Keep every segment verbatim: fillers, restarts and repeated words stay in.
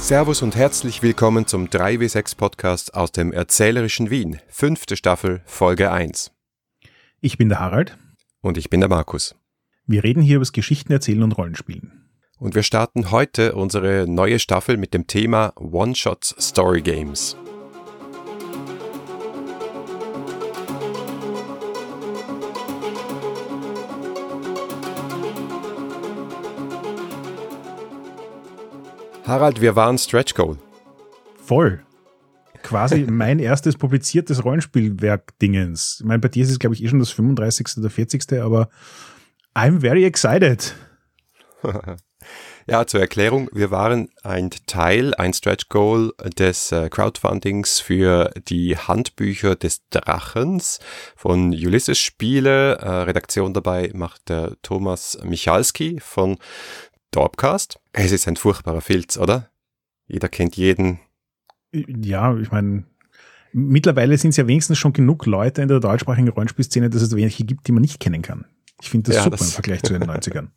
Servus und herzlich willkommen zum drei W sechs Podcast aus dem erzählerischen Wien, fünfte Staffel, Folge eins. Ich bin der Harald. Und ich bin der Markus. Wir reden hier über das Geschichten erzählen und Rollenspielen. Und wir starten heute unsere neue Staffel mit dem Thema One-Shots Story Games. Harald, wir waren Stretch Goal. Voll. Quasi mein erstes publiziertes Rollenspielwerk-Dingens. Ich meine, bei dir ist es, glaube ich, eh schon das fünfunddreißigste oder vierzigste, aber I'm very excited. Ja, zur Erklärung, wir waren ein Teil, ein Stretch Goal des äh, Crowdfundings für die Handbücher des Drachens von Ulysses Spiele. Äh, Redaktion dabei macht der Thomas Michalski von Dorpcast. Es ist ein furchtbarer Filz, oder? Jeder kennt jeden. Ja, ich meine, mittlerweile sind es ja wenigstens schon genug Leute in der deutschsprachigen Rollenspielszene, dass es welche gibt, die man nicht kennen kann. Ich finde das ja, super das im Vergleich zu den neunzigern.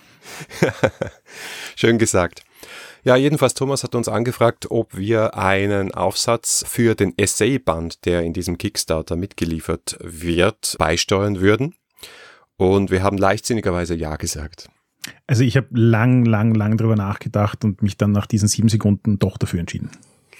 Schön gesagt. Ja, jedenfalls Thomas hat uns angefragt, ob wir einen Aufsatz für den Essayband, der in diesem Kickstarter mitgeliefert wird, beisteuern würden. Und wir haben leichtsinnigerweise ja gesagt. Also ich habe lang, lang, lang drüber nachgedacht und mich dann nach diesen sieben Sekunden doch dafür entschieden.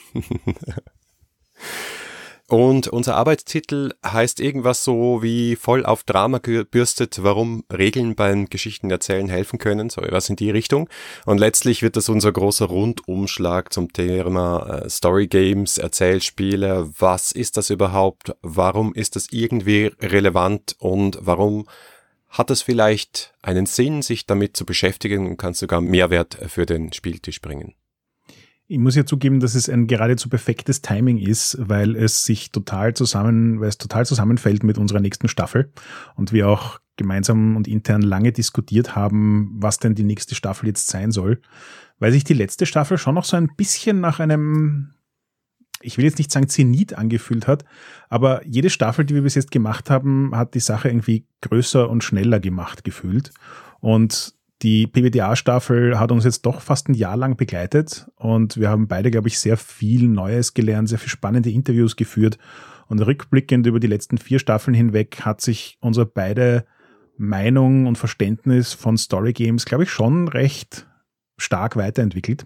Und unser Arbeitstitel heißt irgendwas so wie voll auf Drama gebürstet, warum Regeln beim Geschichtenerzählen helfen können, so was in die Richtung. Und letztlich wird das unser großer Rundumschlag zum Thema äh, Story Games, Erzählspiele. Was ist das überhaupt? Warum ist das irgendwie relevant und warum hat es vielleicht einen Sinn, sich damit zu beschäftigen und kann sogar Mehrwert für den Spieltisch bringen? Ich muss ja zugeben, dass es ein geradezu perfektes Timing ist, weil es sich total zusammen, weil es total zusammenfällt mit unserer nächsten Staffel und wir auch gemeinsam und intern lange diskutiert haben, was denn die nächste Staffel jetzt sein soll, weil sich die letzte Staffel schon noch so ein bisschen nach einem, ich will jetzt nicht sagen Zenit angefühlt hat, aber jede Staffel, die wir bis jetzt gemacht haben, hat die Sache irgendwie größer und schneller gemacht gefühlt. Und die P B T A-Staffel hat uns jetzt doch fast ein Jahr lang begleitet und wir haben beide, glaube ich, sehr viel Neues gelernt, sehr viel spannende Interviews geführt und rückblickend über die letzten vier Staffeln hinweg hat sich unsere beide Meinung und Verständnis von Story Games, glaube ich, schon recht stark weiterentwickelt.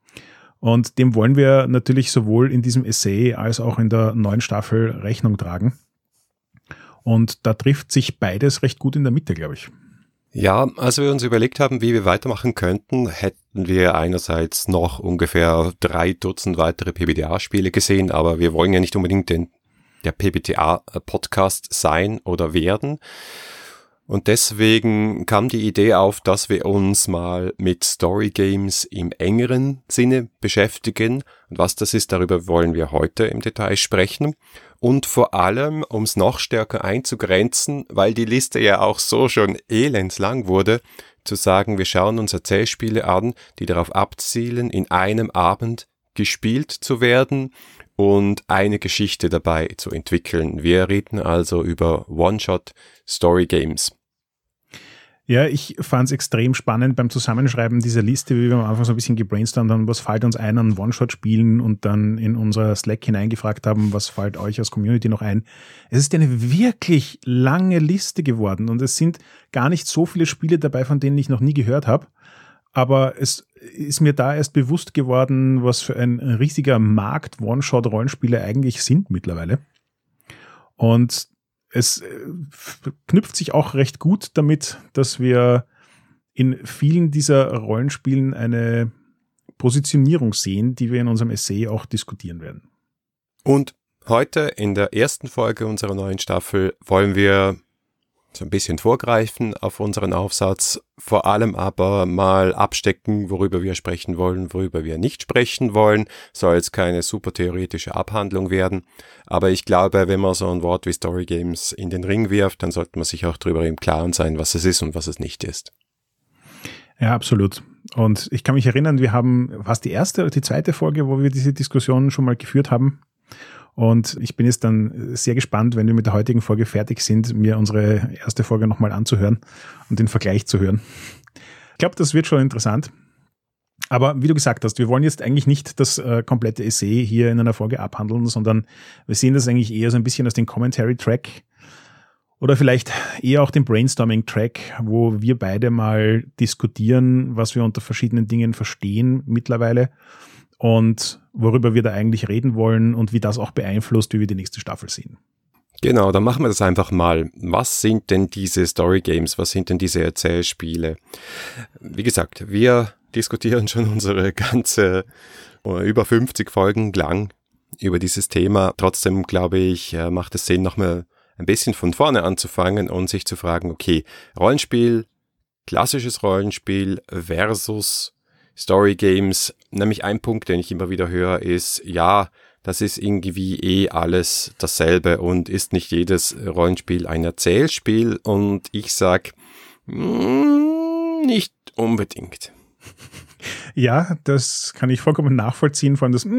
Und dem wollen wir natürlich sowohl in diesem Essay als auch in der neuen Staffel Rechnung tragen. Und da trifft sich beides recht gut in der Mitte, glaube ich. Ja, als wir uns überlegt haben, wie wir weitermachen könnten, hätten wir einerseits noch ungefähr drei Dutzend weitere P B T A-Spiele gesehen, aber wir wollen ja nicht unbedingt den, der P B T A-Podcast sein oder werden. Und deswegen kam die Idee auf, dass wir uns mal mit Story Games im engeren Sinne beschäftigen. Und was das ist, darüber wollen wir heute im Detail sprechen. Und vor allem, um es noch stärker einzugrenzen, weil die Liste ja auch so schon elendslang wurde, zu sagen, wir schauen uns Erzählspiele an, die darauf abzielen, in einem Abend gespielt zu werden und eine Geschichte dabei zu entwickeln. Wir reden also über One-Shot Story Games. Ja, ich fand es extrem spannend beim Zusammenschreiben dieser Liste, wie wir am Anfang so ein bisschen gebrainstormt haben, was fällt uns ein an One-Shot-Spielen und dann in unser Slack hineingefragt haben, was fällt euch als Community noch ein. Es ist eine wirklich lange Liste geworden und es sind gar nicht so viele Spiele dabei, von denen ich noch nie gehört habe. Aber es ist mir da erst bewusst geworden, was für ein riesiger Markt One-Shot-Rollenspiele eigentlich sind mittlerweile. Und es knüpft sich auch recht gut damit, dass wir in vielen dieser Rollenspielen eine Positionierung sehen, die wir in unserem Essay auch diskutieren werden. Und heute in der ersten Folge unserer neuen Staffel wollen wir so ein bisschen vorgreifen auf unseren Aufsatz, vor allem aber mal abstecken, worüber wir sprechen wollen, worüber wir nicht sprechen wollen. Soll jetzt keine super theoretische Abhandlung werden, aber ich glaube, wenn man so ein Wort wie Story Games in den Ring wirft, dann sollte man sich auch darüber im Klaren sein, was es ist und was es nicht ist. Ja, absolut. Und ich kann mich erinnern, wir haben fast die erste oder die zweite Folge, wo wir diese Diskussion schon mal geführt haben. Und ich bin jetzt dann sehr gespannt, wenn wir mit der heutigen Folge fertig sind, mir unsere erste Folge nochmal anzuhören und den Vergleich zu hören. Ich glaube, das wird schon interessant. Aber wie du gesagt hast, wir wollen jetzt eigentlich nicht das äh, komplette Essay hier in einer Folge abhandeln, sondern wir sehen das eigentlich eher so ein bisschen als den Commentary-Track oder vielleicht eher auch den Brainstorming-Track, wo wir beide mal diskutieren, was wir unter verschiedenen Dingen verstehen mittlerweile und worüber wir da eigentlich reden wollen und wie das auch beeinflusst, wie wir die nächste Staffel sehen. Genau, dann machen wir das einfach mal. Was sind denn diese Story Games? Was sind denn diese Erzählspiele? Wie gesagt, wir diskutieren schon unsere ganze über fünfzig Folgen lang über dieses Thema. Trotzdem, glaube ich, macht es Sinn, nochmal ein bisschen von vorne anzufangen und sich zu fragen, okay, Rollenspiel, klassisches Rollenspiel versus Story Games. Nämlich ein Punkt, den ich immer wieder höre, ist, ja, das ist irgendwie eh alles dasselbe und ist nicht jedes Rollenspiel ein Erzählspiel. Und ich sag, nicht unbedingt. Ja, das kann ich vollkommen nachvollziehen, vor allem das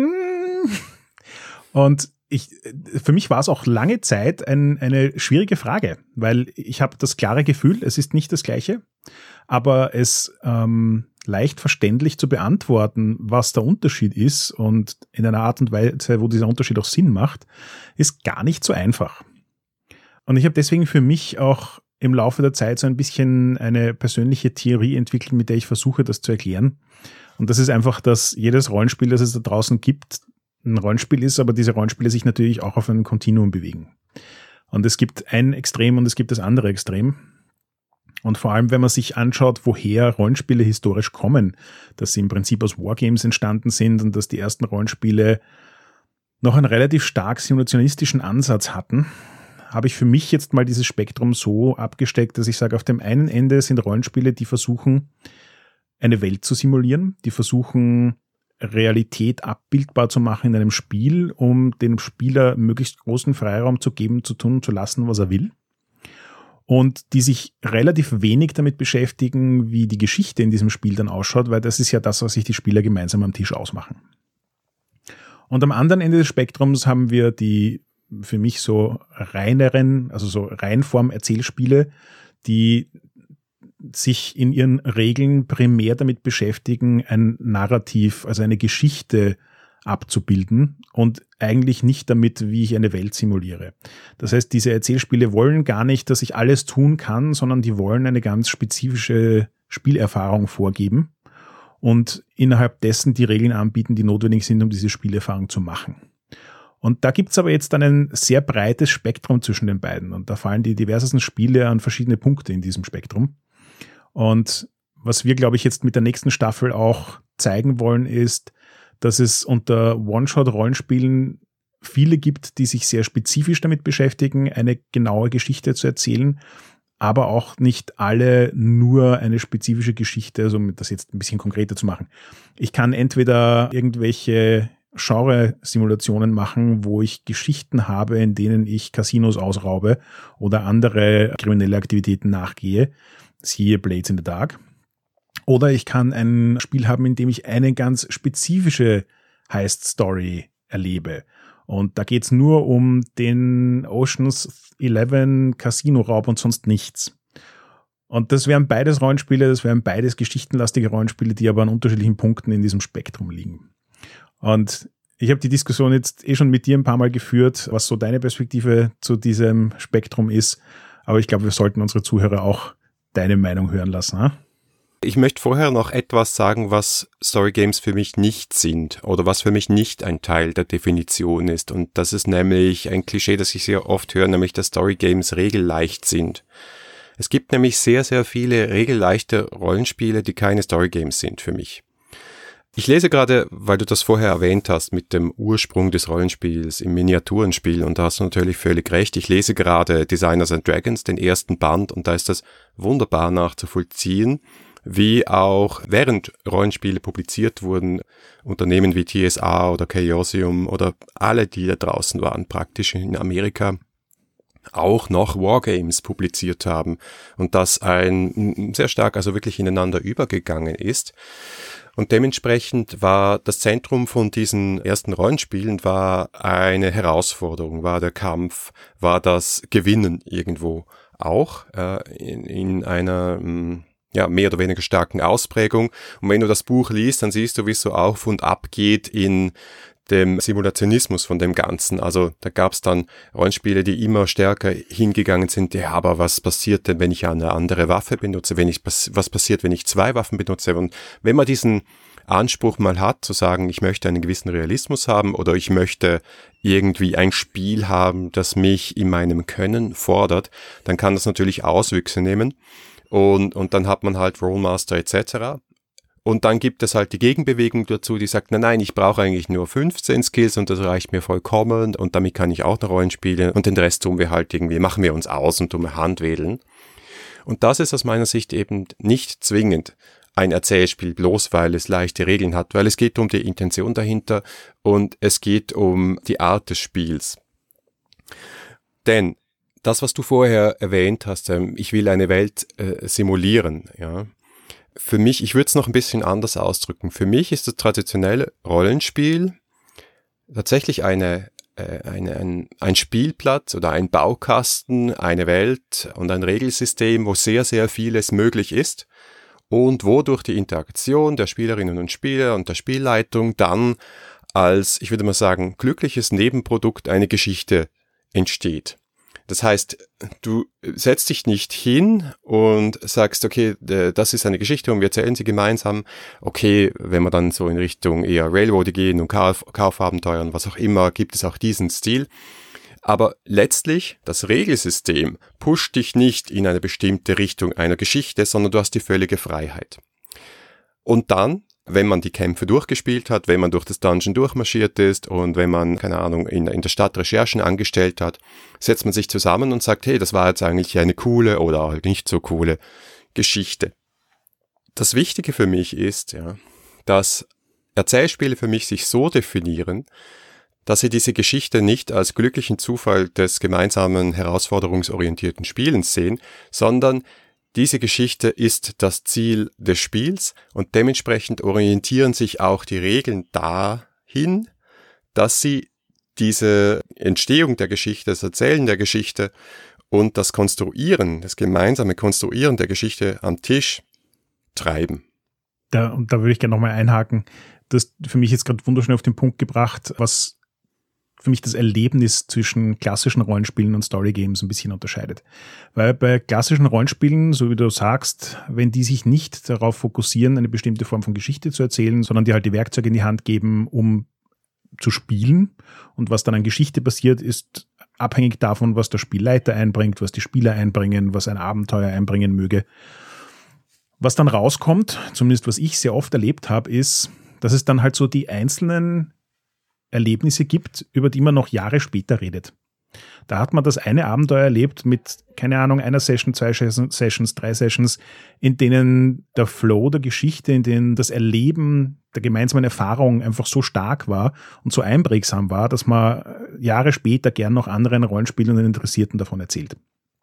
und ich, für mich war es auch lange Zeit ein, eine schwierige Frage, weil ich habe das klare Gefühl, es ist nicht das Gleiche, aber es ähm, leicht verständlich zu beantworten, was der Unterschied ist und in einer Art und Weise, wo dieser Unterschied auch Sinn macht, ist gar nicht so einfach. Und ich habe deswegen für mich auch im Laufe der Zeit so ein bisschen eine persönliche Theorie entwickelt, mit der ich versuche, das zu erklären. Und das ist einfach, dass jedes Rollenspiel, das es da draußen gibt, ein Rollenspiel ist, aber diese Rollenspiele sich natürlich auch auf einem Kontinuum bewegen. Und es gibt ein Extrem und es gibt das andere Extrem. Und vor allem, wenn man sich anschaut, woher Rollenspiele historisch kommen, dass sie im Prinzip aus Wargames entstanden sind und dass die ersten Rollenspiele noch einen relativ stark simulationistischen Ansatz hatten, habe ich für mich jetzt mal dieses Spektrum so abgesteckt, dass ich sage, auf dem einen Ende sind Rollenspiele, die versuchen, eine Welt zu simulieren, die versuchen, Realität abbildbar zu machen in einem Spiel, um dem Spieler möglichst großen Freiraum zu geben, zu tun, zu lassen, was er will. Und die sich relativ wenig damit beschäftigen, wie die Geschichte in diesem Spiel dann ausschaut, weil das ist ja das, was sich die Spieler gemeinsam am Tisch ausmachen. Und am anderen Ende des Spektrums haben wir die für mich so reineren, also so Reinform-Erzählspiele, die sich in ihren Regeln primär damit beschäftigen, ein Narrativ, also eine Geschichte abzubilden und eigentlich nicht damit, wie ich eine Welt simuliere. Das heißt, diese Erzählspiele wollen gar nicht, dass ich alles tun kann, sondern die wollen eine ganz spezifische Spielerfahrung vorgeben und innerhalb dessen die Regeln anbieten, die notwendig sind, um diese Spielerfahrung zu machen. Und da gibt's aber jetzt dann ein sehr breites Spektrum zwischen den beiden und da fallen die diversesten Spiele an verschiedene Punkte in diesem Spektrum. Und was wir, glaube ich, jetzt mit der nächsten Staffel auch zeigen wollen, ist, dass es unter One-Shot-Rollenspielen viele gibt, die sich sehr spezifisch damit beschäftigen, eine genaue Geschichte zu erzählen, aber auch nicht alle nur eine spezifische Geschichte, also um das jetzt ein bisschen konkreter zu machen. Ich kann entweder irgendwelche Genre-Simulationen machen, wo ich Geschichten habe, in denen ich Casinos ausraube oder andere kriminelle Aktivitäten nachgehe, siehe Blades in the Dark. Oder ich kann ein Spiel haben, in dem ich eine ganz spezifische Heist-Story erlebe. Und da geht's nur um den Ocean's Eleven Casino-Raub und sonst nichts. Und das wären beides Rollenspiele, das wären beides geschichtenlastige Rollenspiele, die aber an unterschiedlichen Punkten in diesem Spektrum liegen. Und ich habe die Diskussion jetzt eh schon mit dir ein paar Mal geführt, was so deine Perspektive zu diesem Spektrum ist. Aber ich glaube, wir sollten unsere Zuhörer auch deine Meinung hören lassen. Hm? Ich möchte vorher noch etwas sagen, was Story Games für mich nicht sind oder was für mich nicht ein Teil der Definition ist. Und das ist nämlich ein Klischee, das ich sehr oft höre, nämlich dass Story Games regelleicht sind. Es gibt nämlich sehr, sehr viele regelleichte Rollenspiele, die keine Story Games sind für mich. Ich lese gerade, weil du das vorher erwähnt hast, mit dem Ursprung des Rollenspiels im Miniaturenspiel, und da hast du natürlich völlig recht. Ich lese gerade Designers and Dragons, den ersten Band, und da ist das wunderbar nachzuvollziehen, wie auch während Rollenspiele publiziert wurden, Unternehmen wie T S A oder Chaosium oder alle, die da draußen waren, praktisch in Amerika, auch noch Wargames publiziert haben und das ein sehr stark, also wirklich ineinander übergegangen ist. Und dementsprechend war das Zentrum von diesen ersten Rollenspielen war eine Herausforderung, war der Kampf, war das Gewinnen irgendwo auch äh, in, in einer, ja, mehr oder weniger starken Ausprägung. Und wenn du das Buch liest, dann siehst du, wie es so auf und ab geht in dem Simulationismus von dem Ganzen. Also da gab es dann Rollenspiele, die immer stärker hingegangen sind, ja, aber was passiert denn, wenn ich eine andere Waffe benutze, wenn ich, was passiert, wenn ich zwei Waffen benutze? Und wenn man diesen Anspruch mal hat, zu sagen, ich möchte einen gewissen Realismus haben oder ich möchte irgendwie ein Spiel haben, das mich in meinem Können fordert, dann kann das natürlich Auswüchse nehmen und, und dann hat man halt Rolemaster et cetera. Und dann gibt es halt die Gegenbewegung dazu, die sagt, nein, nein, ich brauche eigentlich nur fünfzehn Skills und das reicht mir vollkommen und damit kann ich auch eine Rollen spielen und den Rest tun wir halt irgendwie, machen wir uns aus und tun Handwedeln. Und das ist aus meiner Sicht eben nicht zwingend ein Erzählspiel, bloß weil es leichte Regeln hat, weil es geht um die Intention dahinter und es geht um die Art des Spiels. Denn das, was du vorher erwähnt hast, ich will eine Welt äh, simulieren, ja. Für mich, ich würde es noch ein bisschen anders ausdrücken. Für mich ist das traditionelle Rollenspiel tatsächlich eine, äh, eine, ein, ein Spielplatz oder ein Baukasten, eine Welt und ein Regelsystem, wo sehr, sehr vieles möglich ist und wo durch die Interaktion der Spielerinnen und Spieler und der Spielleitung dann als, ich würde mal sagen, glückliches Nebenprodukt eine Geschichte entsteht. Das heißt, du setzt dich nicht hin und sagst, okay, das ist eine Geschichte und wir erzählen sie gemeinsam. Okay, wenn wir dann so in Richtung eher Railroad gehen und Kauf, Kaufabenteuer und was auch immer, gibt es auch diesen Stil. Aber letztlich, das Regelsystem pusht dich nicht in eine bestimmte Richtung einer Geschichte, sondern du hast die völlige Freiheit. Und dann, wenn man die Kämpfe durchgespielt hat, wenn man durch das Dungeon durchmarschiert ist und wenn man, keine Ahnung, in, in der Stadt Recherchen angestellt hat, setzt man sich zusammen und sagt, hey, das war jetzt eigentlich eine coole oder halt nicht so coole Geschichte. Das Wichtige für mich ist, ja, dass Erzählspiele für mich sich so definieren, dass sie diese Geschichte nicht als glücklichen Zufall des gemeinsamen herausforderungsorientierten Spielens sehen, sondern diese Geschichte ist das Ziel des Spiels und dementsprechend orientieren sich auch die Regeln dahin, dass sie diese Entstehung der Geschichte, das Erzählen der Geschichte und das Konstruieren, das gemeinsame Konstruieren der Geschichte am Tisch treiben. Da, und da würde ich gerne nochmal einhaken. Das für mich jetzt gerade wunderschön auf den Punkt gebracht, was für mich das Erlebnis zwischen klassischen Rollenspielen und Storygames ein bisschen unterscheidet. Weil bei klassischen Rollenspielen, so wie du sagst, wenn die sich nicht darauf fokussieren, eine bestimmte Form von Geschichte zu erzählen, sondern die halt die Werkzeuge in die Hand geben, um zu spielen. Und was dann an Geschichte passiert, ist abhängig davon, was der Spielleiter einbringt, was die Spieler einbringen, was ein Abenteuer einbringen möge. Was dann rauskommt, zumindest was ich sehr oft erlebt habe, ist, dass es dann halt so die einzelnen Erlebnisse gibt, über die man noch Jahre später redet. Da hat man das eine Abenteuer erlebt mit, keine Ahnung, einer Session, zwei Sessions, drei Sessions, in denen der Flow der Geschichte, in denen das Erleben der gemeinsamen Erfahrung einfach so stark war und so einprägsam war, dass man Jahre später gern noch anderen Rollenspielern und Interessierten davon erzählt.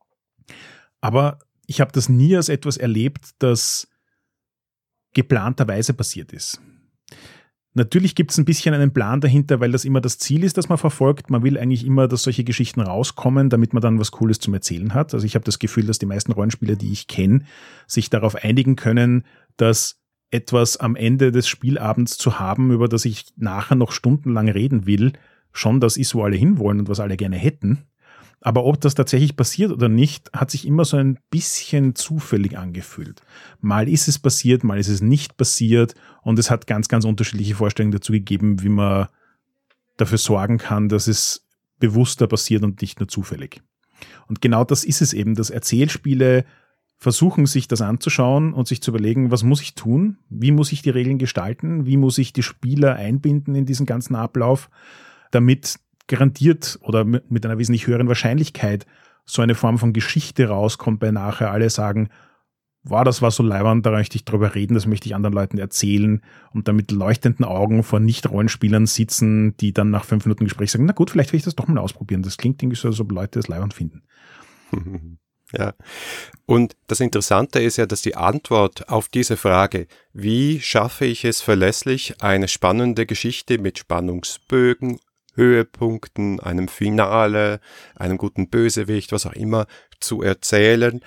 Aber ich habe das nie als etwas erlebt, das geplanterweise passiert ist. Natürlich gibt es ein bisschen einen Plan dahinter, weil das immer das Ziel ist, das man verfolgt. Man will eigentlich immer, dass solche Geschichten rauskommen, damit man dann was Cooles zum Erzählen hat. Also ich habe das Gefühl, dass die meisten Rollenspieler, die ich kenne, sich darauf einigen können, dass etwas am Ende des Spielabends zu haben, über das ich nachher noch stundenlang reden will, schon das ist, wo alle hinwollen und was alle gerne hätten. Aber ob das tatsächlich passiert oder nicht, hat sich immer so ein bisschen zufällig angefühlt. Mal ist es passiert, mal ist es nicht passiert und es hat ganz, ganz unterschiedliche Vorstellungen dazu gegeben, wie man dafür sorgen kann, dass es bewusster passiert und nicht nur zufällig. Und genau das ist es eben, dass Erzählspiele versuchen, sich das anzuschauen und sich zu überlegen, was muss ich tun, wie muss ich die Regeln gestalten, wie muss ich die Spieler einbinden in diesen ganzen Ablauf, damit garantiert oder mit einer wesentlich höheren Wahrscheinlichkeit so eine Form von Geschichte rauskommt, bei nachher alle sagen, wow, das war so leiwand, da möchte ich drüber reden, das möchte ich anderen Leuten erzählen und dann mit leuchtenden Augen vor Nicht-Rollenspielern sitzen, die dann nach fünf Minuten Gespräch sagen, na gut, vielleicht will ich das doch mal ausprobieren. Das klingt irgendwie so, als ob Leute das leiwand finden. Ja, und das Interessante ist ja, dass die Antwort auf diese Frage, wie schaffe ich es verlässlich, eine spannende Geschichte mit Spannungsbögen, Höhepunkten, einem Finale, einem guten Bösewicht, was auch immer, zu erzählen,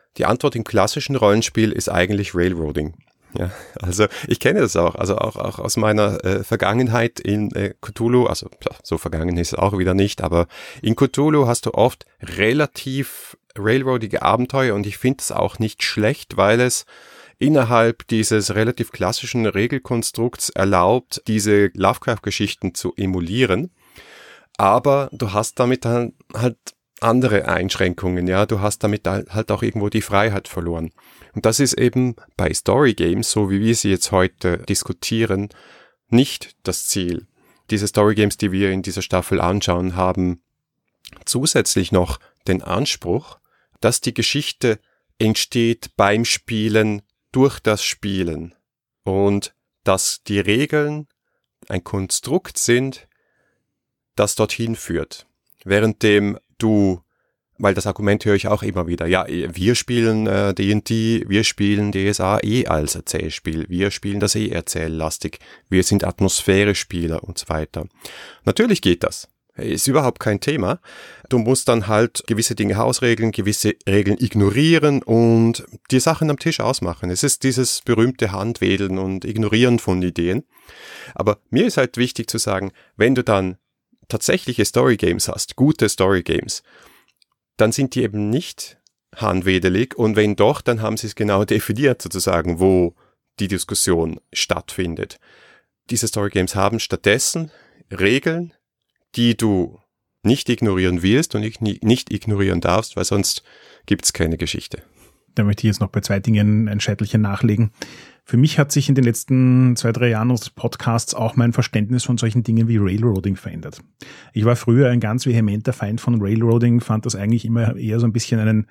Die Antwort im klassischen Rollenspiel ist eigentlich Railroading. Ja, also ich kenne das auch, also auch, auch aus meiner äh, Vergangenheit in äh, Cthulhu, also so vergangen ist es auch wieder nicht, aber in Cthulhu hast du oft relativ railroadige Abenteuer und ich finde es auch nicht schlecht, weil es innerhalb dieses relativ klassischen Regelkonstrukts erlaubt, diese Lovecraft-Geschichten zu emulieren, aber du hast damit dann halt andere Einschränkungen, ja, du hast damit halt auch irgendwo die Freiheit verloren. Und das ist eben bei Story Games, so wie wir sie jetzt heute diskutieren, nicht das Ziel. Diese Story Games, die wir in dieser Staffel anschauen, haben zusätzlich noch den Anspruch, dass die Geschichte entsteht beim Spielen, durch das Spielen und dass die Regeln ein Konstrukt sind, das dorthin führt. Währenddem du, weil das Argument höre ich auch immer wieder, ja, wir spielen äh, D und D, wir spielen D S A eh als Erzählspiel, wir spielen das eh erzähllastig, wir sind Atmosphäre-Spieler und so weiter. Natürlich geht das. Ist überhaupt kein Thema. Du musst dann halt gewisse Dinge ausregeln, gewisse Regeln ignorieren und die Sachen am Tisch ausmachen. Es ist dieses berühmte Handwedeln und Ignorieren von Ideen. Aber mir ist halt wichtig zu sagen, wenn du dann tatsächliche Storygames hast, gute Storygames, dann sind die eben nicht handwedelig und wenn doch, dann haben sie es genau definiert sozusagen, wo die Diskussion stattfindet. Diese Storygames haben stattdessen Regeln, die du nicht ignorieren willst und nicht ignorieren darfst, weil sonst gibt's keine Geschichte. Da möchte ich jetzt noch bei zwei Dingen ein Scheitelchen nachlegen. Für mich hat sich in den letzten zwei, drei Jahren unseres Podcasts auch mein Verständnis von solchen Dingen wie Railroading verändert. Ich war früher ein ganz vehementer Feind von Railroading, fand das eigentlich immer eher so ein bisschen einen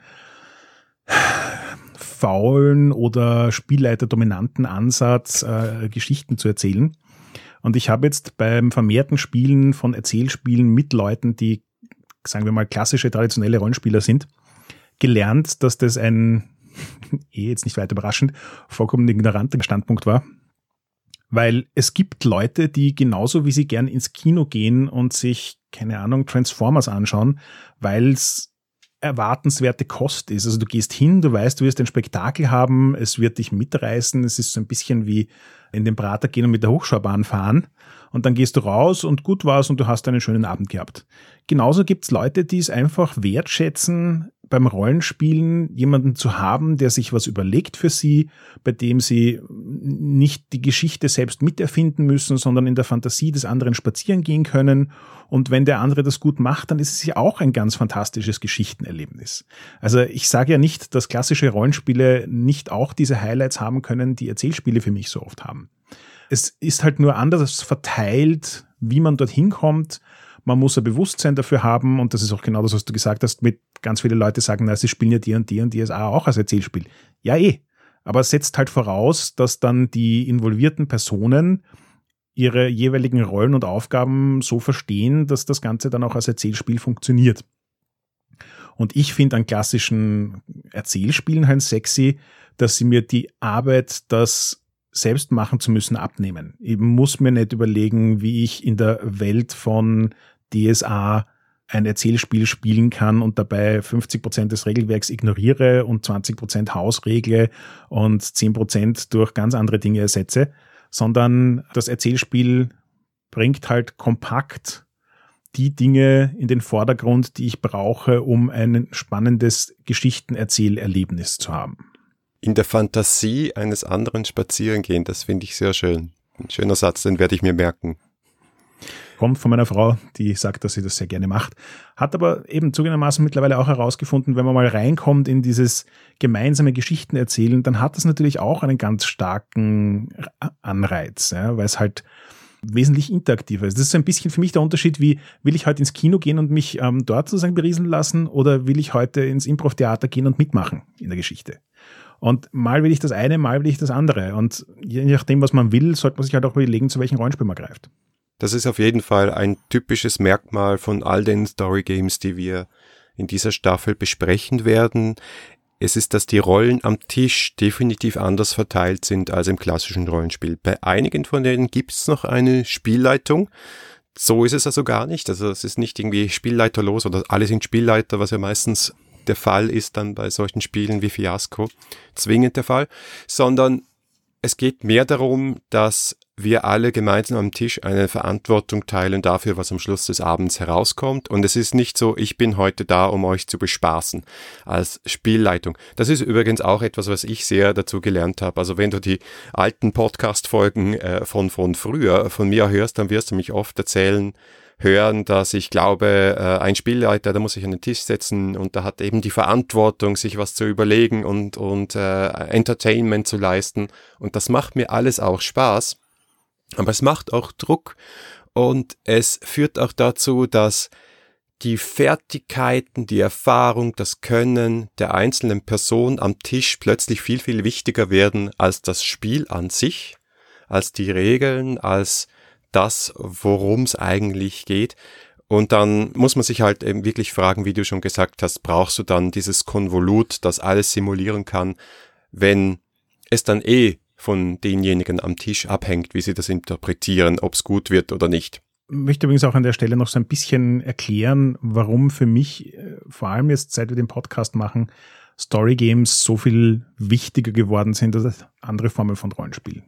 faulen oder spielleiterdominanten Ansatz, äh, Geschichten zu erzählen. Und ich habe jetzt beim vermehrten Spielen von Erzählspielen mit Leuten, die, sagen wir mal, klassische, traditionelle Rollenspieler sind, gelernt, dass das ein, eh jetzt nicht weiter überraschend, vollkommen ignoranter Standpunkt war. Weil es gibt Leute, die genauso wie sie gern ins Kino gehen und sich, keine Ahnung, Transformers anschauen, weil es erwartenswerte Kost ist. Also du gehst hin, du weißt, du wirst ein Spektakel haben, es wird dich mitreißen, es ist so ein bisschen wie in den Prater gehen und mit der Hochschaubahn fahren und dann gehst du raus und gut war's und du hast einen schönen Abend gehabt. Genauso gibt's Leute, die es einfach wertschätzen, beim Rollenspielen jemanden zu haben, der sich was überlegt für sie, bei dem sie nicht die Geschichte selbst miterfinden müssen, sondern in der Fantasie des anderen spazieren gehen können. Und wenn der andere das gut macht, dann ist es ja auch ein ganz fantastisches Geschichtenerlebnis. Also ich sage ja nicht, dass klassische Rollenspiele nicht auch diese Highlights haben können, die Erzählspiele für mich so oft haben. Es ist halt nur anders verteilt, wie man dorthin kommt. Man muss ein Bewusstsein dafür haben und das ist auch genau das, was du gesagt hast, mit ganz viele Leute sagen, na, sie spielen ja D und D und D S A auch als Erzählspiel. Ja eh, aber es setzt halt voraus, dass dann die involvierten Personen ihre jeweiligen Rollen und Aufgaben so verstehen, dass das Ganze dann auch als Erzählspiel funktioniert. Und ich finde an klassischen Erzählspielen halt sexy, dass sie mir die Arbeit, das selbst machen zu müssen, abnehmen. Ich muss mir nicht überlegen, wie ich in der Welt von D S A ein Erzählspiel spielen kann und dabei fünfzig Prozent des Regelwerks ignoriere und zwanzig Prozent Hausregle und zehn Prozent durch ganz andere Dinge ersetze, sondern das Erzählspiel bringt halt kompakt die Dinge in den Vordergrund, die ich brauche, um ein spannendes Geschichtenerzählerlebnis zu haben. In der Fantasie eines anderen spazieren gehen, das finde ich sehr schön. Ein schöner Satz, den werde ich mir merken. Kommt von meiner Frau, die sagt, dass sie das sehr gerne macht. Hat aber eben zugegebenermaßen mittlerweile auch herausgefunden, wenn man mal reinkommt in dieses gemeinsame Geschichtenerzählen, dann hat das natürlich auch einen ganz starken Anreiz, ja, weil es halt wesentlich interaktiver ist. Das ist so ein bisschen für mich der Unterschied, wie will ich heute ins Kino gehen und mich ähm, dort sozusagen berieseln lassen oder will ich heute ins Improv-Theater gehen und mitmachen in der Geschichte. Und mal will ich das eine, mal will ich das andere. Und je nachdem, was man will, sollte man sich halt auch überlegen, zu welchem Rollenspiel man greift. Das ist auf jeden Fall ein typisches Merkmal von all den Story Games, die wir in dieser Staffel besprechen werden. Es ist, dass die Rollen am Tisch definitiv anders verteilt sind als im klassischen Rollenspiel. Bei einigen von denen gibt es noch eine Spielleitung. So ist es also gar nicht. Also es ist nicht irgendwie spielleiterlos oder alle sind Spielleiter, was ja meistens der Fall ist dann bei solchen Spielen wie Fiasco, zwingend der Fall, sondern es geht mehr darum, dass wir alle gemeinsam am Tisch eine Verantwortung teilen dafür, was am Schluss des Abends herauskommt. Und es ist nicht so, ich bin heute da, um euch zu bespaßen als Spielleitung. Das ist übrigens auch etwas, was ich sehr dazu gelernt habe. Also wenn du die alten Podcast-Folgen äh, von, von früher von mir hörst, dann wirst du mich oft erzählen, hören, dass ich glaube, äh, ein Spielleiter, da muss sich an den Tisch setzen und da hat eben die Verantwortung, sich was zu überlegen und, und äh, Entertainment zu leisten. Und das macht mir alles auch Spaß. Aber es macht auch Druck und es führt auch dazu, dass die Fertigkeiten, die Erfahrung, das Können der einzelnen Person am Tisch plötzlich viel, viel wichtiger werden als das Spiel an sich, als die Regeln, als das, worum es eigentlich geht. Und dann muss man sich halt eben wirklich fragen, wie du schon gesagt hast, brauchst du dann dieses Konvolut, das alles simulieren kann, wenn es dann eh von denjenigen am Tisch abhängt, wie sie das interpretieren, ob es gut wird oder nicht. Ich möchte übrigens auch an der Stelle noch so ein bisschen erklären, warum für mich, vor allem jetzt seit wir den Podcast machen, Story Games so viel wichtiger geworden sind als andere Formen von Rollenspielen.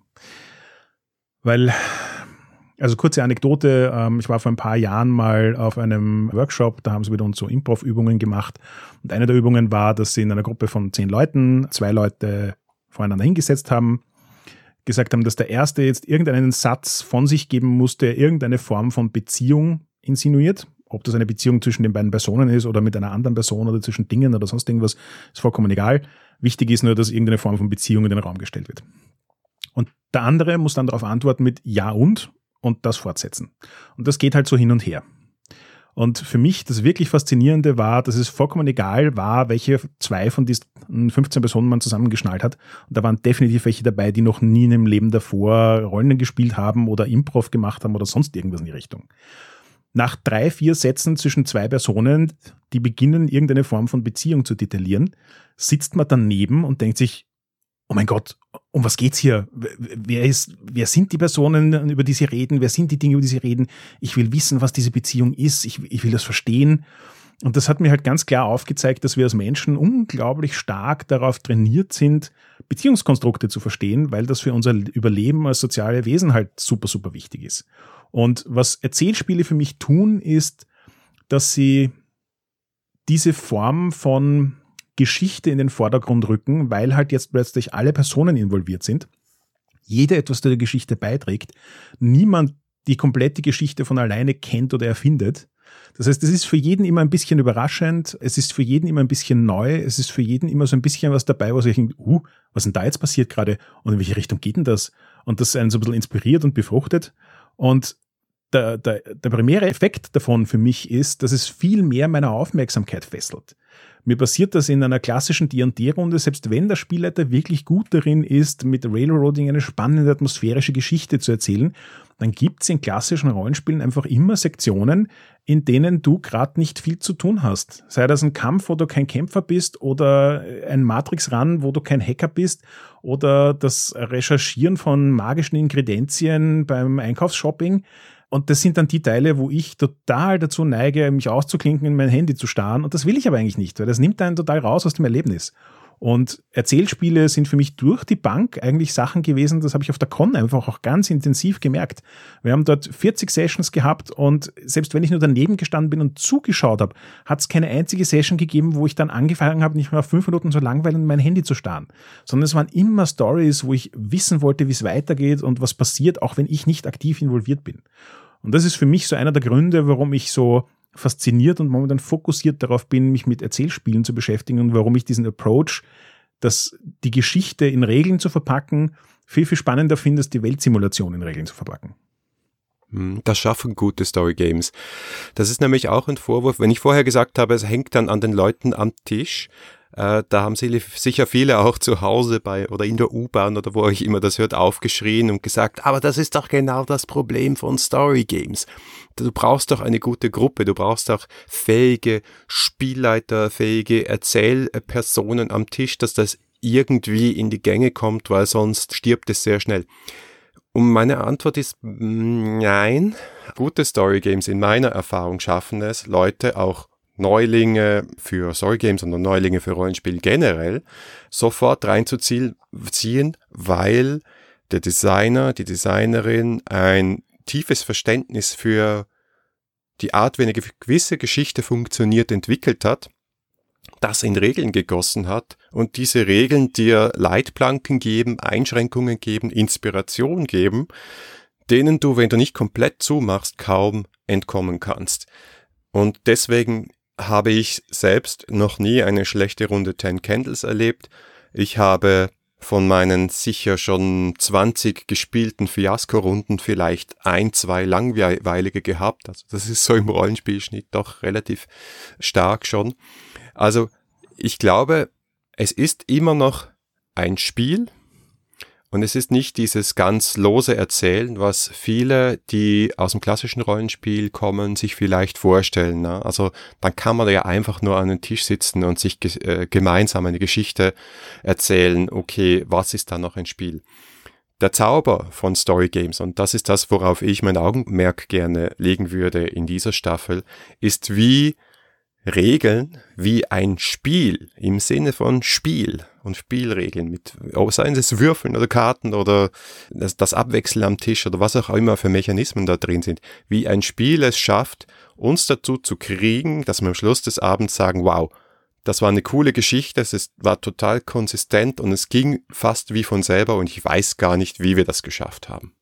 Weil, also kurze Anekdote, ich war vor ein paar Jahren mal auf einem Workshop, da haben sie mit uns so Improv-Übungen gemacht und eine der Übungen war, dass sie in einer Gruppe von zehn Leuten zwei Leute voreinander hingesetzt haben, gesagt haben, dass der Erste jetzt irgendeinen Satz von sich geben muss, der irgendeine Form von Beziehung insinuiert. Ob das eine Beziehung zwischen den beiden Personen ist oder mit einer anderen Person oder zwischen Dingen oder sonst irgendwas, ist vollkommen egal. Wichtig ist nur, dass irgendeine Form von Beziehung in den Raum gestellt wird. Und der andere muss dann darauf antworten mit Ja und und das fortsetzen. Und das geht halt so hin und her. Und für mich das wirklich Faszinierende war, dass es vollkommen egal war, welche zwei von diesen fünfzehn Personen man zusammengeschnallt hat. Und da waren definitiv welche dabei, die noch nie in ihrem Leben davor Rollen gespielt haben oder Improv gemacht haben oder sonst irgendwas in die Richtung. Nach drei, vier Sätzen zwischen zwei Personen, die beginnen, irgendeine Form von Beziehung zu detaillieren, sitzt man daneben und denkt sich, oh mein Gott, um was geht's hier? Wer ist, wer sind die Personen, über die sie reden? Wer sind die Dinge, über die sie reden? Ich will wissen, was diese Beziehung ist. Ich, ich will das verstehen. Und das hat mir halt ganz klar aufgezeigt, dass wir als Menschen unglaublich stark darauf trainiert sind, Beziehungskonstrukte zu verstehen, weil das für unser Überleben als soziale Wesen halt super, super wichtig ist. Und was Erzählspiele für mich tun, ist, dass sie diese Form von Geschichte in den Vordergrund rücken, weil halt jetzt plötzlich alle Personen involviert sind, jeder etwas zu der Geschichte beiträgt, niemand die komplette Geschichte von alleine kennt oder erfindet. Das heißt, es ist für jeden immer ein bisschen überraschend, es ist für jeden immer ein bisschen neu, es ist für jeden immer so ein bisschen was dabei, was ich denke, uh, was denn da jetzt passiert gerade und in welche Richtung geht denn das? Und das einen so ein bisschen inspiriert und befruchtet. Und der, der, der primäre Effekt davon für mich ist, dass es viel mehr meiner Aufmerksamkeit fesselt. Mir passiert das in einer klassischen D und D-Runde, selbst wenn der Spielleiter wirklich gut darin ist, mit Railroading eine spannende atmosphärische Geschichte zu erzählen, dann gibt es in klassischen Rollenspielen einfach immer Sektionen, in denen du gerade nicht viel zu tun hast. Sei das ein Kampf, wo du kein Kämpfer bist, oder ein Matrix-Run, wo du kein Hacker bist, oder das Recherchieren von magischen Ingredienzien beim Einkaufsshopping. Und das sind dann die Teile, wo ich total dazu neige, mich auszuklinken, in mein Handy zu starren. Und das will ich aber eigentlich nicht, weil das nimmt einen total raus aus dem Erlebnis. Und Erzählspiele sind für mich durch die Bank eigentlich Sachen gewesen, das habe ich auf der Con einfach auch ganz intensiv gemerkt. Wir haben dort vierzig Sessions gehabt und selbst wenn ich nur daneben gestanden bin und zugeschaut habe, hat es keine einzige Session gegeben, wo ich dann angefangen habe, nicht mehr fünf Minuten so langweilen, in mein Handy zu starren. Sondern es waren immer Stories, wo ich wissen wollte, wie es weitergeht und was passiert, auch wenn ich nicht aktiv involviert bin. Und das ist für mich so einer der Gründe, warum ich so fasziniert und momentan fokussiert darauf bin, mich mit Erzählspielen zu beschäftigen und warum ich diesen Approach, dass die Geschichte in Regeln zu verpacken, viel, viel spannender finde, als die Weltsimulation in Regeln zu verpacken. Das schaffen gute Story Games. Das ist nämlich auch ein Vorwurf, wenn ich vorher gesagt habe, es hängt dann an den Leuten am Tisch. Äh, da haben sie sicher viele auch zu Hause bei oder in der U-Bahn oder wo ich immer das hört, aufgeschrien und gesagt, aber das ist doch genau das Problem von Story Games. Du brauchst doch eine gute Gruppe, du brauchst doch fähige Spielleiter, fähige Erzählpersonen am Tisch, dass das irgendwie in die Gänge kommt, weil sonst stirbt es sehr schnell. Und meine Antwort ist nein. Gute Story Games in meiner Erfahrung schaffen es, Leute auch Neulinge für Story Games und Neulinge für Rollenspiel generell sofort reinzuziehen, weil der Designer, die Designerin ein tiefes Verständnis für die Art, wie eine gewisse Geschichte funktioniert, entwickelt hat, das in Regeln gegossen hat und diese Regeln dir Leitplanken geben, Einschränkungen geben, Inspiration geben, denen du, wenn du nicht komplett zumachst, kaum entkommen kannst. Und deswegen habe ich selbst noch nie eine schlechte Runde Ten Candles erlebt. Ich habe von meinen sicher schon zwanzig gespielten Fiasko-Runden vielleicht ein, zwei langweilige gehabt. Also das ist so im Rollenspielschnitt doch relativ stark schon. Also ich glaube, es ist immer noch ein Spiel und es ist nicht dieses ganz lose Erzählen, was viele, die aus dem klassischen Rollenspiel kommen, sich vielleicht vorstellen. Ne? Also dann kann man ja einfach nur an den Tisch sitzen und sich ge- äh, gemeinsam eine Geschichte erzählen. Okay, was ist da noch ein Spiel? Der Zauber von Story Games, und das ist das, worauf ich mein Augenmerk gerne legen würde in dieser Staffel, ist wie Regeln, wie ein Spiel im Sinne von Spiel und Spielregeln, mit, seien es Würfeln oder Karten oder das, das Abwechseln am Tisch oder was auch immer für Mechanismen da drin sind, wie ein Spiel es schafft, uns dazu zu kriegen, dass wir am Schluss des Abends sagen, wow, das war eine coole Geschichte, es ist, war total konsistent und es ging fast wie von selber und ich weiß gar nicht, wie wir das geschafft haben.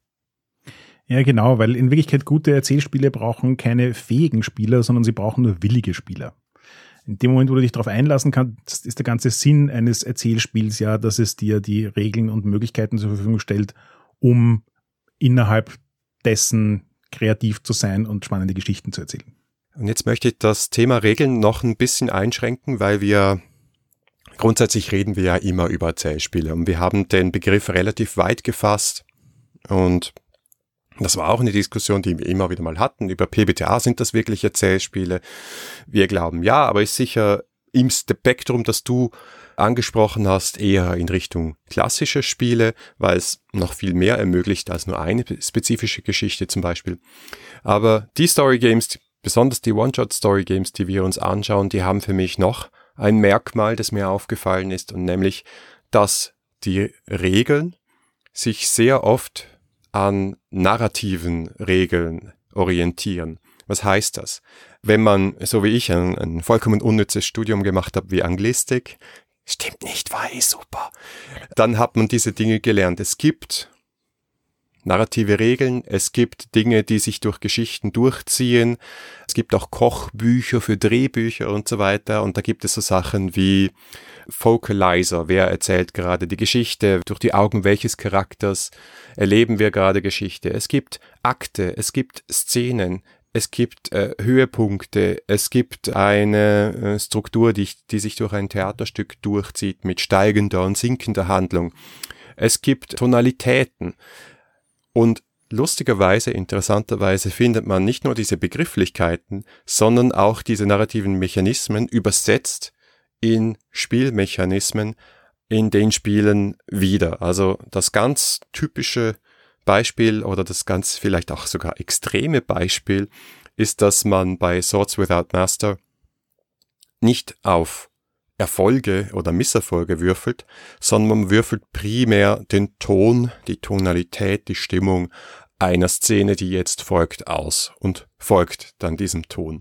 Ja, genau, weil in Wirklichkeit gute Erzählspiele brauchen keine fähigen Spieler, sondern sie brauchen nur willige Spieler. In dem Moment, wo du dich darauf einlassen kannst, ist der ganze Sinn eines Erzählspiels ja, dass es dir die Regeln und Möglichkeiten zur Verfügung stellt, um innerhalb dessen kreativ zu sein und spannende Geschichten zu erzählen. Und jetzt möchte ich das Thema Regeln noch ein bisschen einschränken, weil wir grundsätzlich reden wir ja immer über Erzählspiele und wir haben den Begriff relativ weit gefasst und das war auch eine Diskussion, die wir immer wieder mal hatten. Über P B T A, sind das wirklich Erzählspiele? Wir glauben ja, aber ist sicher im Spektrum, das du angesprochen hast, eher in Richtung klassische Spiele, weil es noch viel mehr ermöglicht als nur eine spezifische Geschichte zum Beispiel. Aber die Story Games, besonders die One-Shot-Story Games, die wir uns anschauen, die haben für mich noch ein Merkmal, das mir aufgefallen ist, und nämlich, dass die Regeln sich sehr oft an narrativen Regeln orientieren. Was heißt das? Wenn man, so wie ich, ein, ein vollkommen unnützes Studium gemacht hat wie Anglistik, stimmt nicht, war eh super, dann hat man diese Dinge gelernt. Es gibt narrative Regeln, es gibt Dinge, die sich durch Geschichten durchziehen, es gibt auch Kochbücher für Drehbücher und so weiter, und da gibt es so Sachen wie Focalizer, wer erzählt gerade die Geschichte, durch die Augen welches Charakters erleben wir gerade Geschichte. Es gibt Akte, es gibt Szenen, es gibt äh, Höhepunkte, es gibt eine äh, Struktur, die, die sich durch ein Theaterstück durchzieht mit steigender und sinkender Handlung. Es gibt Tonalitäten. Und lustigerweise, interessanterweise findet man nicht nur diese Begrifflichkeiten, sondern auch diese narrativen Mechanismen übersetzt in Spielmechanismen in den Spielen wieder. Also das ganz typische Beispiel oder das ganz vielleicht auch sogar extreme Beispiel ist, dass man bei Swords Without Master nicht auf Erfolge oder Misserfolge würfelt, sondern man würfelt primär den Ton, die Tonalität, die Stimmung einer Szene, die jetzt folgt, aus und folgt dann diesem Ton.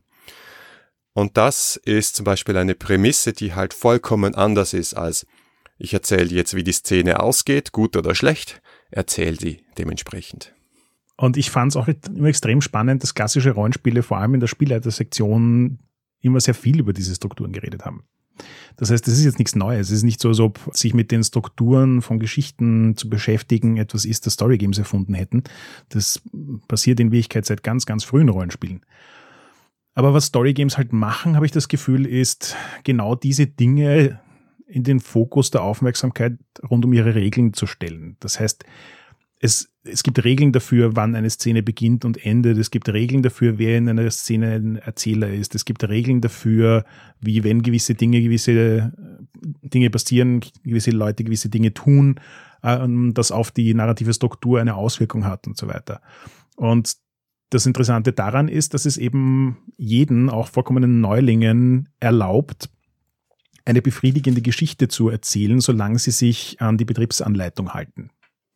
Und das ist zum Beispiel eine Prämisse, die halt vollkommen anders ist als ich erzähle jetzt, wie die Szene ausgeht, gut oder schlecht, erzähl die dementsprechend. Und ich fand es auch immer extrem spannend, dass klassische Rollenspiele vor allem in der Spielleitersektion immer sehr viel über diese Strukturen geredet haben. Das heißt, das ist jetzt nichts Neues. Es ist nicht so, als ob sich mit den Strukturen von Geschichten zu beschäftigen etwas ist, das Story Games erfunden hätten. Das passiert in Wirklichkeit seit ganz, ganz frühen Rollenspielen. Aber was Story Games halt machen, habe ich das Gefühl, ist genau diese Dinge in den Fokus der Aufmerksamkeit rund um ihre Regeln zu stellen. Das heißt, es, es gibt Regeln dafür, wann eine Szene beginnt und endet. Es gibt Regeln dafür, wer in einer Szene ein Erzähler ist. Es gibt Regeln dafür, wie wenn gewisse Dinge, gewisse Dinge passieren, gewisse Leute gewisse Dinge tun, äh, das auf die narrative Struktur eine Auswirkung hat und so weiter. Und das Interessante daran ist, dass es eben jeden, auch vollkommenen Neulingen, erlaubt, eine befriedigende Geschichte zu erzählen, solange sie sich an die Betriebsanleitung halten.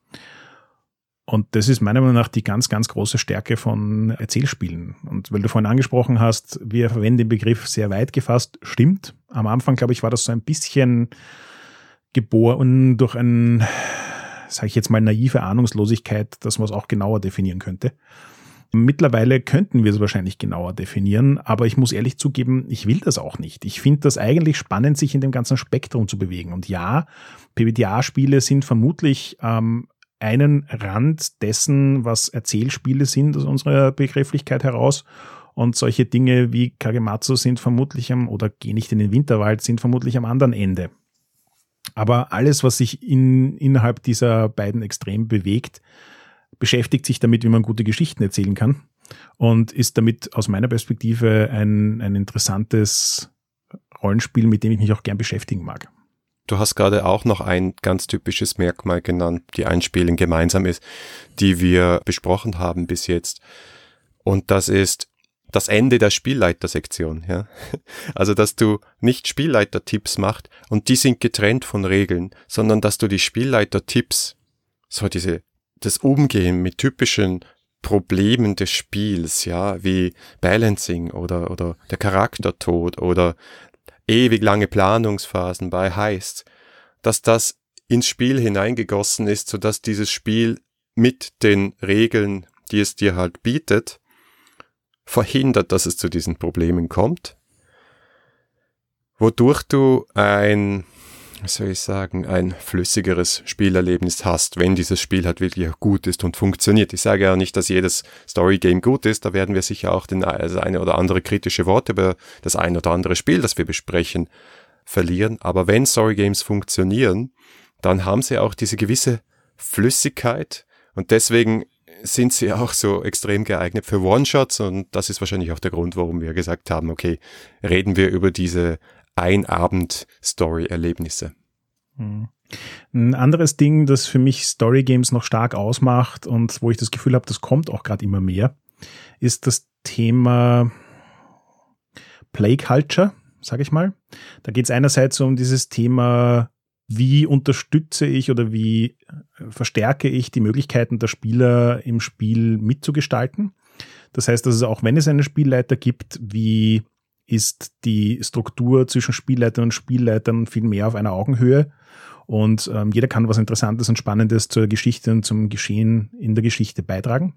Und das ist meiner Meinung nach die ganz, ganz große Stärke von Erzählspielen. Und weil du vorhin angesprochen hast, wir verwenden den Begriff sehr weit gefasst, stimmt. Am Anfang, glaube ich, war das so ein bisschen geboren durch ein, sage ich jetzt mal, naive Ahnungslosigkeit, dass man es auch genauer definieren könnte. Mittlerweile könnten wir es wahrscheinlich genauer definieren, aber ich muss ehrlich zugeben, ich will das auch nicht. Ich finde das eigentlich spannend, sich in dem ganzen Spektrum zu bewegen. Und ja, P B T A-Spiele sind vermutlich ähm, einen Rand dessen, was Erzählspiele sind, aus unserer Begrifflichkeit heraus. Und solche Dinge wie Kagematsu sind vermutlich am, oder Geh nicht in den Winterwald, sind vermutlich am anderen Ende. Aber alles, was sich in, innerhalb dieser beiden Extreme bewegt, beschäftigt sich damit, wie man gute Geschichten erzählen kann und ist damit aus meiner Perspektive ein, ein interessantes Rollenspiel, mit dem ich mich auch gern beschäftigen mag. Du hast gerade auch noch ein ganz typisches Merkmal genannt, die allen Spielen gemeinsam ist, die wir besprochen haben bis jetzt. Und das ist das Ende der Spielleitersektion. Ja? Also, dass du nicht Spielleiter-Tipps machst und die sind getrennt von Regeln, sondern dass du die Spielleiter-Tipps, so diese das Umgehen mit typischen Problemen des Spiels, ja, wie Balancing oder, oder der Charaktertod oder ewig lange Planungsphasen bei Heists, dass das ins Spiel hineingegossen ist, sodass dieses Spiel mit den Regeln, die es dir halt bietet, verhindert, dass es zu diesen Problemen kommt, wodurch du ein, wie soll ich sagen, ein flüssigeres Spielerlebnis hast, wenn dieses Spiel halt wirklich gut ist und funktioniert. Ich sage ja nicht, dass jedes Storygame gut ist, da werden wir sicher auch den, also eine oder andere kritische Worte über das ein oder andere Spiel, das wir besprechen, verlieren. Aber wenn Storygames funktionieren, dann haben sie auch diese gewisse Flüssigkeit und deswegen sind sie auch so extrem geeignet für One-Shots und das ist wahrscheinlich auch der Grund, warum wir gesagt haben, okay, reden wir über diese Ein-Abend-Story-Erlebnisse. Ein anderes Ding, das für mich Storygames noch stark ausmacht und wo ich das Gefühl habe, das kommt auch gerade immer mehr, ist das Thema Play Culture, sage ich mal. Da geht es einerseits um dieses Thema, wie unterstütze ich oder wie verstärke ich die Möglichkeiten der Spieler im Spiel mitzugestalten. Das heißt, dass es auch, wenn es einen Spielleiter gibt, wie ist die Struktur zwischen Spielleitern und Spielleitern viel mehr auf einer Augenhöhe und ähm, jeder kann was Interessantes und Spannendes zur Geschichte und zum Geschehen in der Geschichte beitragen.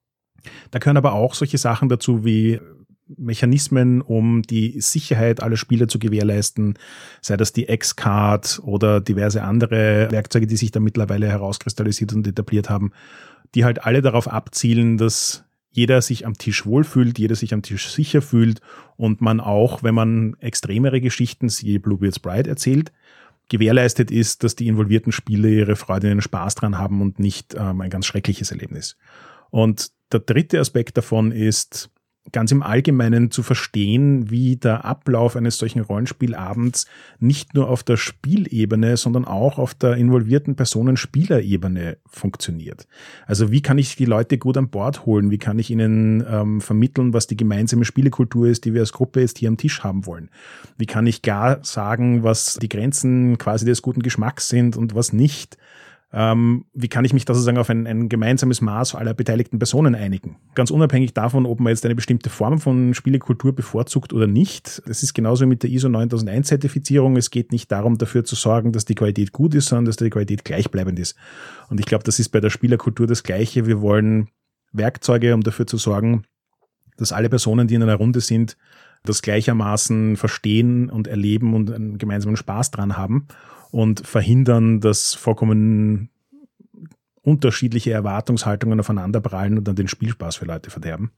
Da gehören aber auch solche Sachen dazu wie Mechanismen, um die Sicherheit aller Spieler zu gewährleisten, sei das die X-Card oder diverse andere Werkzeuge, die sich da mittlerweile herauskristallisiert und etabliert haben, die halt alle darauf abzielen, dass jeder sich am Tisch wohlfühlt, jeder sich am Tisch sicher fühlt und man auch, wenn man extremere Geschichten, siehe Bluebeard's Bride, erzählt, gewährleistet ist, dass die involvierten Spieler ihre Freude und Spaß dran haben und nicht ähm, ein ganz schreckliches Erlebnis. Und der dritte Aspekt davon ist, ganz im Allgemeinen zu verstehen, wie der Ablauf eines solchen Rollenspielabends nicht nur auf der Spielebene, sondern auch auf der involvierten Personen-Spieler-Ebene funktioniert. Also wie kann ich die Leute gut an Bord holen? Wie kann ich ihnen ähm, vermitteln, was die gemeinsame Spielekultur ist, die wir als Gruppe jetzt hier am Tisch haben wollen? Wie kann ich klar sagen, was die Grenzen quasi des guten Geschmacks sind und was nicht? Ähm, wie kann ich mich da sozusagen auf ein, ein gemeinsames Maß aller beteiligten Personen einigen? Ganz unabhängig davon, ob man jetzt eine bestimmte Form von Spielekultur bevorzugt oder nicht. Es ist genauso mit der I S O neuntausend eins Zertifizierung. Es geht nicht darum, dafür zu sorgen, dass die Qualität gut ist, sondern dass die Qualität gleichbleibend ist. Und ich glaube, das ist bei der Spielerkultur das Gleiche. Wir wollen Werkzeuge, um dafür zu sorgen, dass alle Personen, die in einer Runde sind, das gleichermaßen verstehen und erleben und einen gemeinsamen Spaß dran haben. Und verhindern, dass vollkommen unterschiedliche Erwartungshaltungen aufeinanderprallen und dann den Spielspaß für Leute verderben.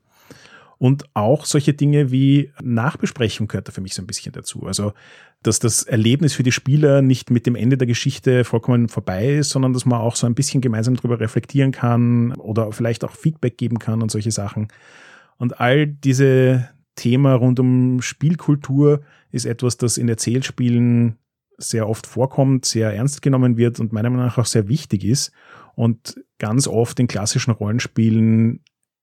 Und auch solche Dinge wie Nachbesprechung gehört da für mich so ein bisschen dazu. Also, dass das Erlebnis für die Spieler nicht mit dem Ende der Geschichte vollkommen vorbei ist, sondern dass man auch so ein bisschen gemeinsam drüber reflektieren kann oder vielleicht auch Feedback geben kann und solche Sachen. Und all diese Themen rund um Spielkultur ist etwas, das in Erzählspielen sehr oft vorkommt, sehr ernst genommen wird und meiner Meinung nach auch sehr wichtig ist und ganz oft in klassischen Rollenspielen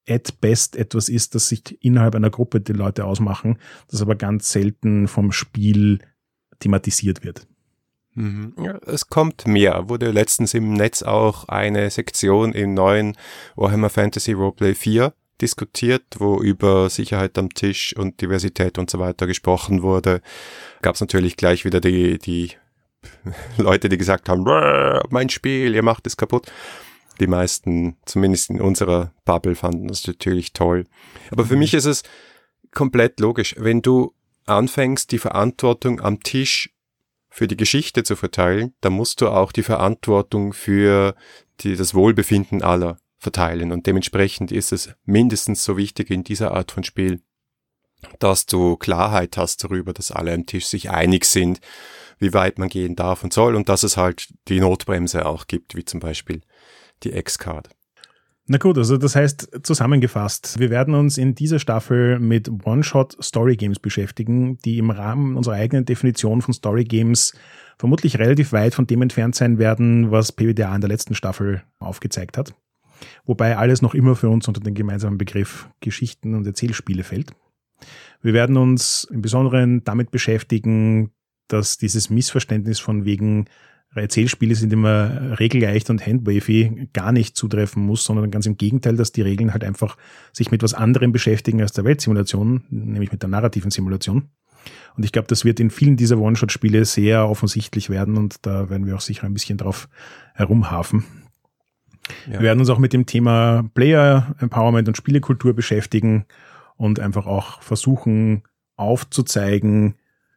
at best etwas ist, das sich innerhalb einer Gruppe die Leute ausmachen, das aber ganz selten vom Spiel thematisiert wird. Mhm. Ja, es kommt mehr. Wurde letztens im Netz auch eine Sektion im neuen Warhammer Fantasy Roleplay vier diskutiert, wo über Sicherheit am Tisch und Diversität und so weiter gesprochen wurde. Gab es natürlich gleich wieder die, die Leute, die gesagt haben, mein Spiel, ihr macht es kaputt. Die meisten, zumindest in unserer Bubble, fanden das natürlich toll. Aber für mich ist es komplett logisch. Wenn du anfängst, die Verantwortung am Tisch für die Geschichte zu verteilen, dann musst du auch die Verantwortung für die, das Wohlbefinden aller verteilen. Und dementsprechend ist es mindestens so wichtig in dieser Art von Spiel, dass du Klarheit hast darüber, dass alle am Tisch sich einig sind, wie weit man gehen darf und soll und dass es halt die Notbremse auch gibt, wie zum Beispiel die X-Card. Na gut, also das heißt zusammengefasst, wir werden uns in dieser Staffel mit One-Shot-Story-Games beschäftigen, die im Rahmen unserer eigenen Definition von Story-Games vermutlich relativ weit von dem entfernt sein werden, was P B T A in der letzten Staffel aufgezeigt hat. Wobei alles noch immer für uns unter den gemeinsamen Begriff Geschichten und Erzählspiele fällt. Wir werden uns im Besonderen damit beschäftigen, dass dieses Missverständnis von wegen Erzählspiele sind immer regelleicht und handwavy gar nicht zutreffen muss, sondern ganz im Gegenteil, dass die Regeln halt einfach sich mit was anderem beschäftigen als der Weltsimulation, nämlich mit der narrativen Simulation. Und ich glaube, das wird in vielen dieser One-Shot-Spiele sehr offensichtlich werden und da werden wir auch sicher ein bisschen drauf herumhafen. Ja. Wir werden uns auch mit dem Thema Player Empowerment und Spielekultur beschäftigen und einfach auch versuchen aufzuzeigen,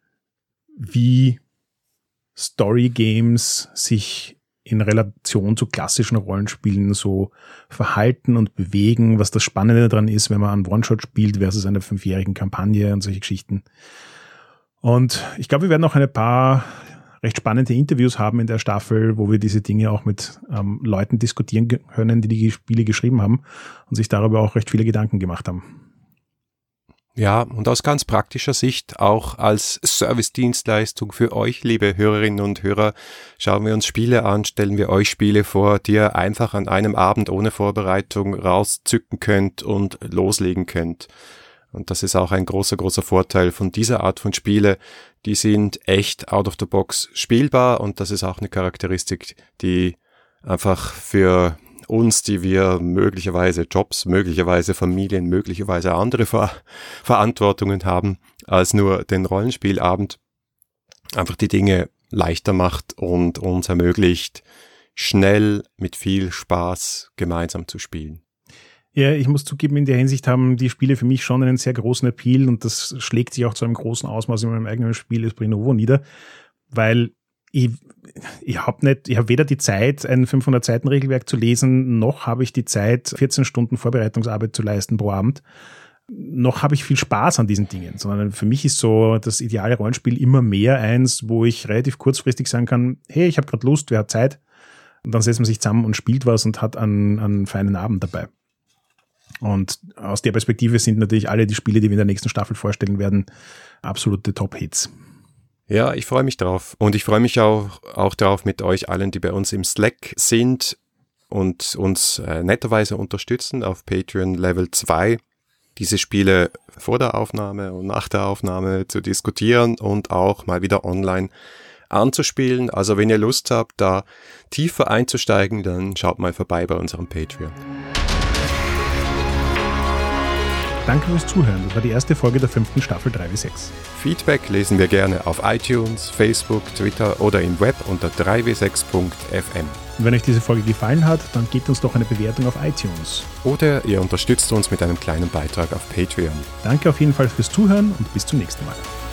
wie Story Games sich in Relation zu klassischen Rollenspielen so verhalten und bewegen, was das Spannende daran ist, wenn man an One-Shot spielt versus einer fünfjährigen Kampagne und solche Geschichten. Und ich glaube, wir werden auch ein paar recht spannende Interviews haben in der Staffel, wo wir diese Dinge auch mit ähm, Leuten diskutieren können, die die Spiele geschrieben haben und sich darüber auch recht viele Gedanken gemacht haben. Ja, und aus ganz praktischer Sicht, auch als Service-Dienstleistung für euch, liebe Hörerinnen und Hörer, schauen wir uns Spiele an, stellen wir euch Spiele vor, die ihr einfach an einem Abend ohne Vorbereitung rauszücken könnt und loslegen könnt. Und das ist auch ein großer, großer Vorteil von dieser Art von Spiele. Die sind echt out of the box spielbar und das ist auch eine Charakteristik, die einfach für uns, die wir möglicherweise Jobs, möglicherweise Familien, möglicherweise andere Ver- Verantwortungen haben, als nur den Rollenspielabend, einfach die Dinge leichter macht und uns ermöglicht, schnell mit viel Spaß gemeinsam zu spielen. Ja, ich muss zugeben, in der Hinsicht haben die Spiele für mich schon einen sehr großen Appeal und das schlägt sich auch zu einem großen Ausmaß in meinem eigenen Spiel Esprit Novo nieder, weil ich, ich habe nicht, ich habe weder die Zeit, ein fünfhundert-Seiten-Regelwerk zu lesen, noch habe ich die Zeit, vierzehn Stunden Vorbereitungsarbeit zu leisten pro Abend, noch habe ich viel Spaß an diesen Dingen, sondern für mich ist so das ideale Rollenspiel immer mehr eins, wo ich relativ kurzfristig sagen kann, hey, ich habe gerade Lust, wer hat Zeit? Und dann setzt man sich zusammen und spielt was und hat einen, einen feinen Abend dabei. Und aus der Perspektive sind natürlich alle die Spiele, die wir in der nächsten Staffel vorstellen werden, absolute Top-Hits. Ja, ich freue mich drauf. Und ich freue mich auch, auch darauf mit euch allen, die bei uns im Slack sind und uns äh, netterweise unterstützen auf Patreon Level zwei, diese Spiele vor der Aufnahme und nach der Aufnahme zu diskutieren und auch mal wieder online anzuspielen. Also wenn ihr Lust habt, da tiefer einzusteigen, dann schaut mal vorbei bei unserem Patreon. Danke fürs Zuhören. Das war die erste Folge der fünften Staffel drei W sechs. Feedback lesen wir gerne auf iTunes, Facebook, Twitter oder im Web unter drei w sechs punkt f m. Und wenn euch diese Folge gefallen hat, dann gebt uns doch eine Bewertung auf iTunes. Oder ihr unterstützt uns mit einem kleinen Beitrag auf Patreon. Danke auf jeden Fall fürs Zuhören und bis zum nächsten Mal.